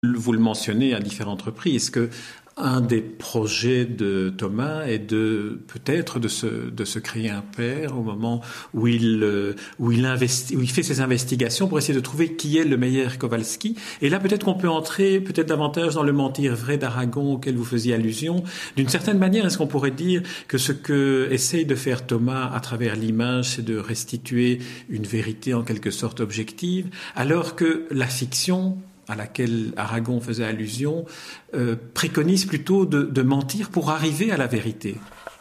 Vous le mentionnez à différentes reprises, que un des projets de Thomas est peut-être de se créer un père au moment où il fait ses investigations pour essayer de trouver qui est le meilleur Kowalski. Et là, peut-être qu'on peut entrer davantage dans le mentir vrai d'Aragon auquel vous faisiez allusion. D'une certaine manière, est-ce qu'on pourrait dire que ce que essaye de faire Thomas à travers l'image, c'est de restituer une vérité en quelque sorte objective, alors que la fiction, à laquelle Aragon faisait allusion, préconise plutôt de mentir pour arriver à la vérité.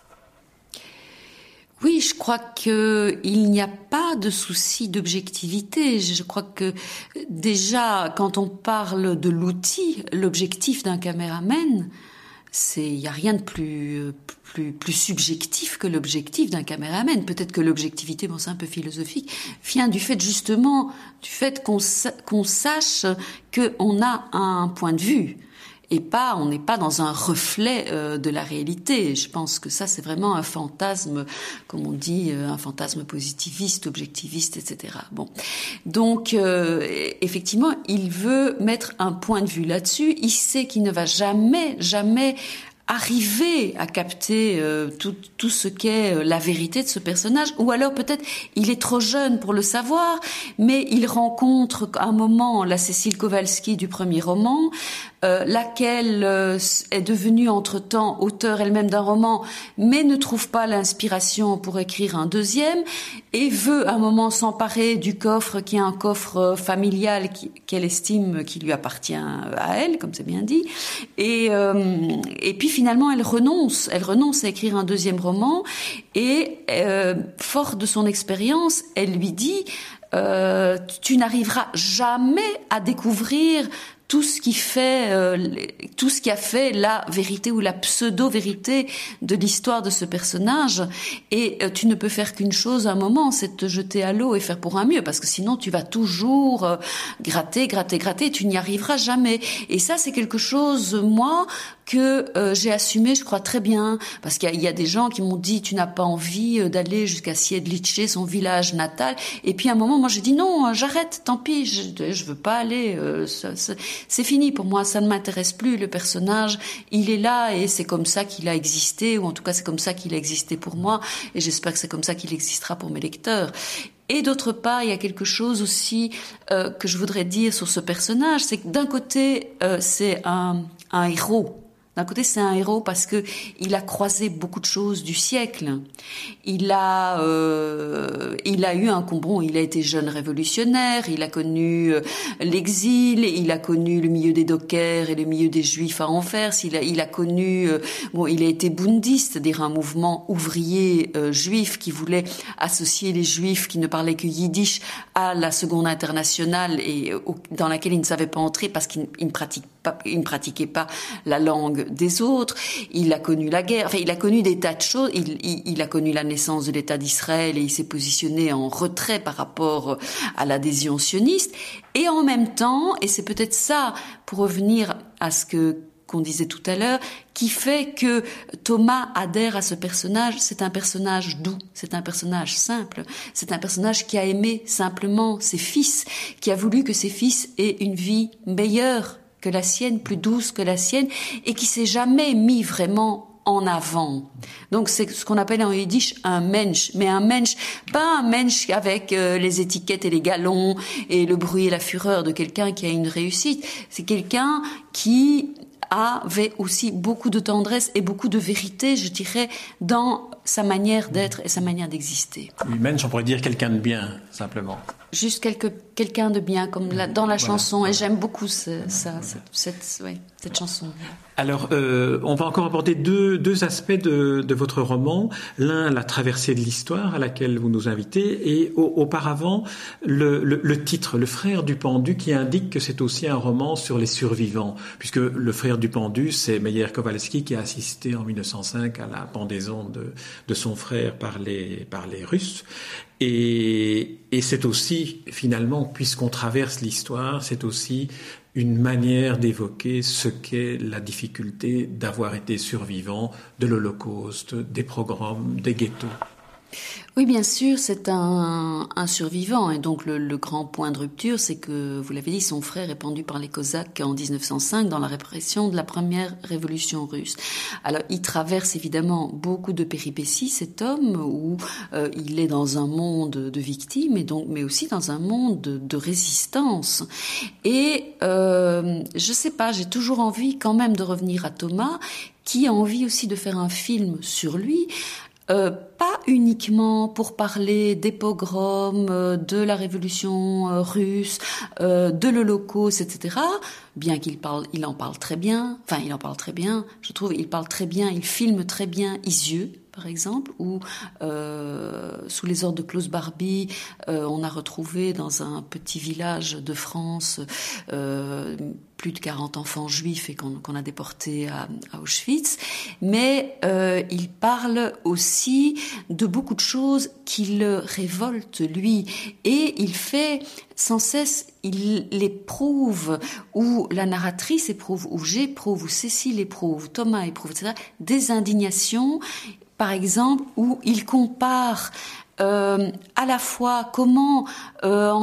Oui, je crois qu'il n'y a pas de souci d'objectivité. Je crois que déjà, quand on parle de l'outil, l'objectif d'un caméraman, il n'y a rien de plus subjectif que l'objectif d'un caméraman. Peut-être que l'objectivité, bon, c'est un peu philosophique, vient du fait justement, du fait qu'on sache qu'on a un point de vue. Et on n'est pas dans un reflet de la réalité. Je pense que ça, c'est vraiment un fantasme, comme on dit, un fantasme positiviste, objectiviste, etc. Bon, donc effectivement, il veut mettre un point de vue là-dessus. Il sait qu'il ne va jamais arriver à capter tout ce qu'est la vérité de ce personnage, ou alors peut-être il est trop jeune pour le savoir, mais il rencontre à un moment la Cécile Kowalski du premier roman, laquelle est devenue entre-temps auteure elle-même d'un roman, mais ne trouve pas l'inspiration pour écrire un deuxième, et veut à un moment s'emparer du coffre qui est un coffre familial qu'elle estime qui lui appartient à elle, comme c'est bien dit, et puis finalement elle renonce à écrire un deuxième roman, et fort de son expérience, elle lui dit tu n'arriveras jamais à découvrir tout ce qui a fait la vérité ou la pseudo-vérité de l'histoire de ce personnage, et tu ne peux faire qu'une chose à un moment, c'est te jeter à l'eau et faire pour un mieux, parce que sinon tu vas toujours gratter, et tu n'y arriveras jamais. Et ça, c'est quelque chose, moi, que j'ai assumé, je crois, très bien, parce qu'il y a des gens qui m'ont dit tu n'as pas envie d'aller jusqu'à Siedlce, son village natal, et puis à un moment, moi j'ai dit non, j'arrête, tant pis, je veux pas aller, c'est fini pour moi, ça ne m'intéresse plus, le personnage, il est là et c'est comme ça qu'il a existé, ou en tout cas c'est comme ça qu'il a existé pour moi, et j'espère que c'est comme ça qu'il existera pour mes lecteurs. Et d'autre part, il y a quelque chose aussi que je voudrais dire sur ce personnage, c'est que d'un côté, c'est un héros. D'un côté, c'est un héros parce que il a croisé beaucoup de choses du siècle. Il a eu un combat. Il a été jeune révolutionnaire. Il a connu l'exil. Il a connu le milieu des dockers et le milieu des juifs à Anvers. Il a connu. Il a été bundiste, c'est-à-dire un mouvement ouvrier juif qui voulait associer les juifs qui ne parlaient que yiddish à la Seconde Internationale, et dans laquelle il ne savait pas entrer parce qu'il ne pratiquait pas la langue des autres. Il a connu la guerre, enfin il a connu des tas de choses, il a connu la naissance de l'État d'Israël, et il s'est positionné en retrait par rapport à l'adhésion sioniste, et en même temps, et c'est peut-être ça, pour revenir à ce qu'on disait tout à l'heure, qui fait que Thomas adhère à ce personnage, c'est un personnage doux, c'est un personnage simple, c'est un personnage qui a aimé simplement ses fils, qui a voulu que ses fils aient une vie meilleure que la sienne, plus douce que la sienne, et qui s'est jamais mis vraiment en avant. Donc c'est ce qu'on appelle en yiddish un mensch, mais un mensch, pas un mensch avec les étiquettes et les galons et le bruit et la fureur de quelqu'un qui a une réussite. C'est quelqu'un qui avait aussi beaucoup de tendresse et beaucoup de vérité, je dirais, dans sa manière d'être et sa manière d'exister. Oui, mensch, on pourrait dire quelqu'un de bien, simplement. Juste quelqu'un de bien, comme dans la chanson, et j'aime beaucoup cette chanson. Alors, on va encore aborder deux aspects de votre roman. L'un, la traversée de l'histoire à laquelle vous nous invitez, et auparavant, le titre, Le frère du pendu, qui indique que c'est aussi un roman sur les survivants, puisque le frère du pendu, c'est Meyer Kowalski qui a assisté en 1905 à la pendaison de son frère par les Russes. Et c'est aussi, finalement, puisqu'on traverse l'histoire, c'est aussi une manière d'évoquer ce qu'est la difficulté d'avoir été survivant de l'Holocauste, des pogroms, des ghettos. Oui, bien sûr, c'est un survivant. Et donc, le grand point de rupture, c'est que, vous l'avez dit, son frère est pendu par les Cosaques en 1905 dans la répression de la première révolution russe. Alors, il traverse évidemment beaucoup de péripéties, cet homme, où il est dans un monde de victimes, mais aussi dans un monde de résistance. Et je sais pas, j'ai toujours envie quand même de revenir à Thomas, qui a envie aussi de faire un film sur lui. Pas uniquement pour parler des pogroms, de la révolution russe, de l'Holocauste, etc. Bien il en parle très bien. Enfin, il en parle très bien. Je trouve, il parle très bien. Il filme très bien Isieux, par exemple, où sous les ordres de Klaus Barbie, on a retrouvé dans un petit village de France plus de 40 enfants juifs et qu'on a déportés à Auschwitz. Mais il parle aussi de beaucoup de choses qui le révoltent, lui. Et il fait sans cesse, il éprouve, ou la narratrice éprouve, ou j'éprouve, ou Cécile éprouve, Thomas éprouve, etc., des indignations, par exemple, où il compare à la fois comment en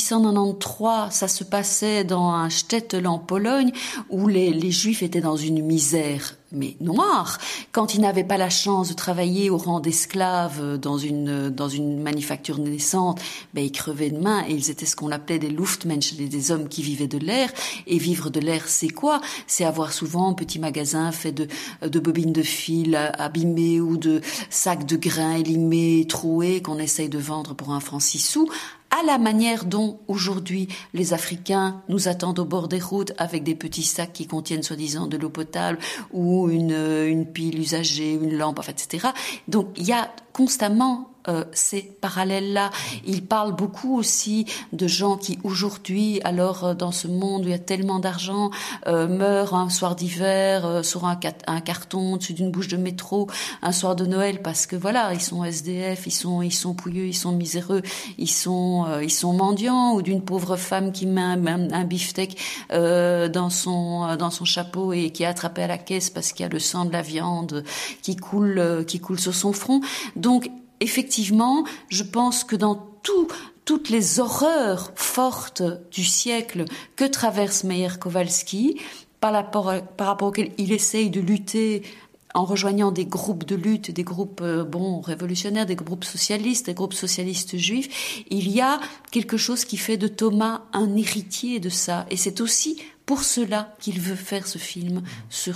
1893 ça se passait dans un shtetl en Pologne où les Juifs étaient dans une misère mais noire, quand ils n'avaient pas la chance de travailler au rang d'esclaves dans une manufacture naissante, ils crevaient de faim et ils étaient ce qu'on appelait des Luftmensch, des hommes qui vivaient de l'air. Et vivre de l'air, c'est quoi? C'est avoir souvent un petit magasin fait de bobines de fil abîmées ou de sacs de grains élimés, troués qu'on essaye de vendre pour 1 franc 6 sous. À la manière dont, aujourd'hui, les Africains nous attendent au bord des routes avec des petits sacs qui contiennent soi-disant de l'eau potable ou une pile usagée, une lampe, etc. Donc, il y a constamment ces parallèles-là. Il parle beaucoup aussi de gens qui, aujourd'hui, alors dans ce monde où il y a tellement d'argent, meurent un soir d'hiver sur un carton au-dessus d'une bouche de métro, un soir de Noël, parce que voilà, ils sont SDF, ils sont pouilleux, ils sont miséreux, ils sont mendiants, ou d'une pauvre femme qui met un beefsteak dans son chapeau et qui est attrapée à la caisse parce qu'il y a le sang de la viande qui coule sur son front. Donc, effectivement, je pense que dans toutes les horreurs fortes du siècle que traverse Meyer Kowalski, par rapport auquel il essaye de lutter en rejoignant des groupes de lutte, des groupes révolutionnaires, des groupes socialistes juifs, il y a quelque chose qui fait de Thomas un héritier de ça. Et c'est aussi pour cela qu'il veut faire ce film sur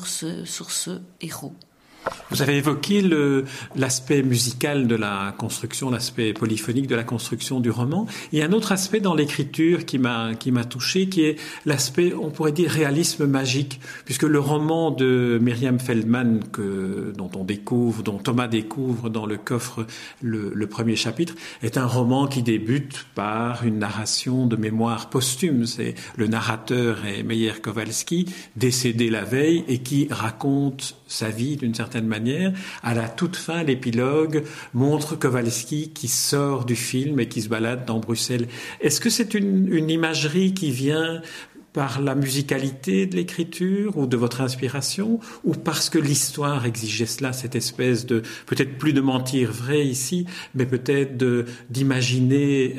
ce héros. Vous avez évoqué l'aspect musical de la construction, l'aspect polyphonique de la construction du roman. Il y a un autre aspect dans l'écriture qui m'a touché, qui est l'aspect, on pourrait dire, réalisme magique, puisque le roman de Myriam Feldman dont Thomas découvre dans le coffre le premier chapitre, est un roman qui débute par une narration de mémoire posthume. C'est le narrateur est Meyer Kowalski, décédé la veille, et qui raconte sa vie d'une certaine manière. À la toute fin, l'épilogue montre Kowalski qui sort du film et qui se balade dans Bruxelles. Est-ce que c'est une imagerie qui vient par la musicalité de l'écriture ou de votre inspiration, ou parce que l'histoire exigeait cela, cette espèce de, peut-être plus de mentir vrai ici, mais peut-être d'imaginer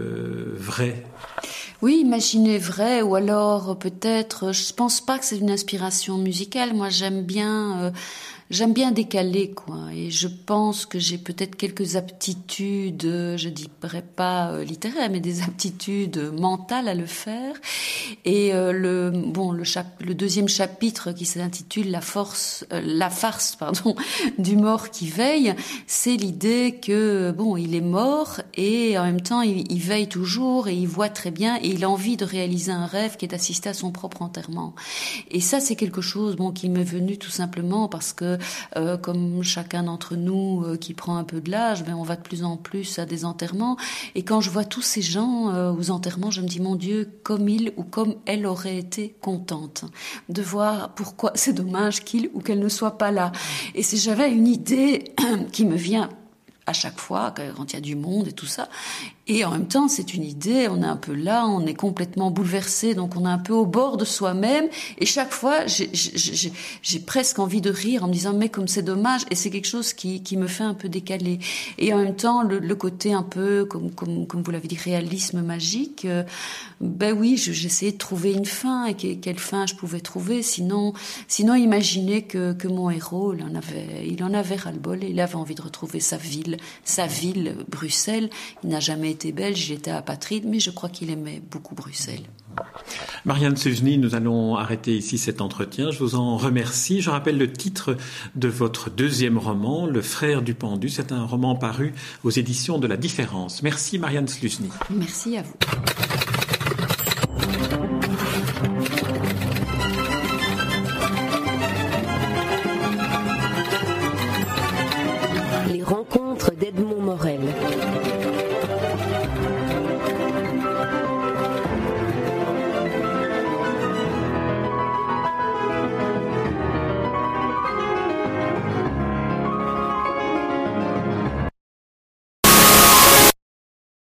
vrai? Oui, imaginer vrai, ou alors peut-être, je pense pas que c'est une inspiration musicale. Moi, j'aime bien décaler, quoi. Et je pense que j'ai peut-être quelques aptitudes, je dirais pas littéraires, mais des aptitudes mentales à le faire. Et le deuxième chapitre qui s'intitule la farce, du mort qui veille, c'est l'idée que il est mort et en même temps il veille toujours et il voit très bien et il a envie de réaliser un rêve qui est d'assister à son propre enterrement. Et ça, c'est quelque chose qui m'est venu tout simplement parce que comme chacun d'entre nous qui prend un peu de l'âge, on va de plus en plus à des enterrements. Et quand je vois tous ces gens aux enterrements, je me dis, mon Dieu, comme il ou comme elle aurait été contente de voir pourquoi c'est dommage qu'il ou qu'elle ne soit pas là. Et si j'avais une idée qui me vient à chaque fois, quand il y a du monde et tout ça, Et en même temps, c'est une idée, on est un peu là, on est complètement bouleversé, donc on est un peu au bord de soi-même. Et chaque fois, j'ai presque envie de rire en me disant, mais comme c'est dommage. Et c'est quelque chose qui me fait un peu décaler. Et en même temps, le côté un peu, comme vous l'avez dit, réalisme magique, ben oui, j'essayais de trouver une fin. Et quelle fin je pouvais trouver. Sinon imaginez que mon héros, il en avait ras-le-bol et il avait envie de retrouver sa ville, Bruxelles. Il n'a jamais été belge, il était apatride, mais je crois qu'il aimait beaucoup Bruxelles. Marianne Suzny, nous allons arrêter ici cet entretien. Je vous en remercie. Je rappelle le titre de votre deuxième roman, Le frère du pendu. C'est un roman paru aux éditions de La Différence. Merci Marianne Suzny. Merci à vous.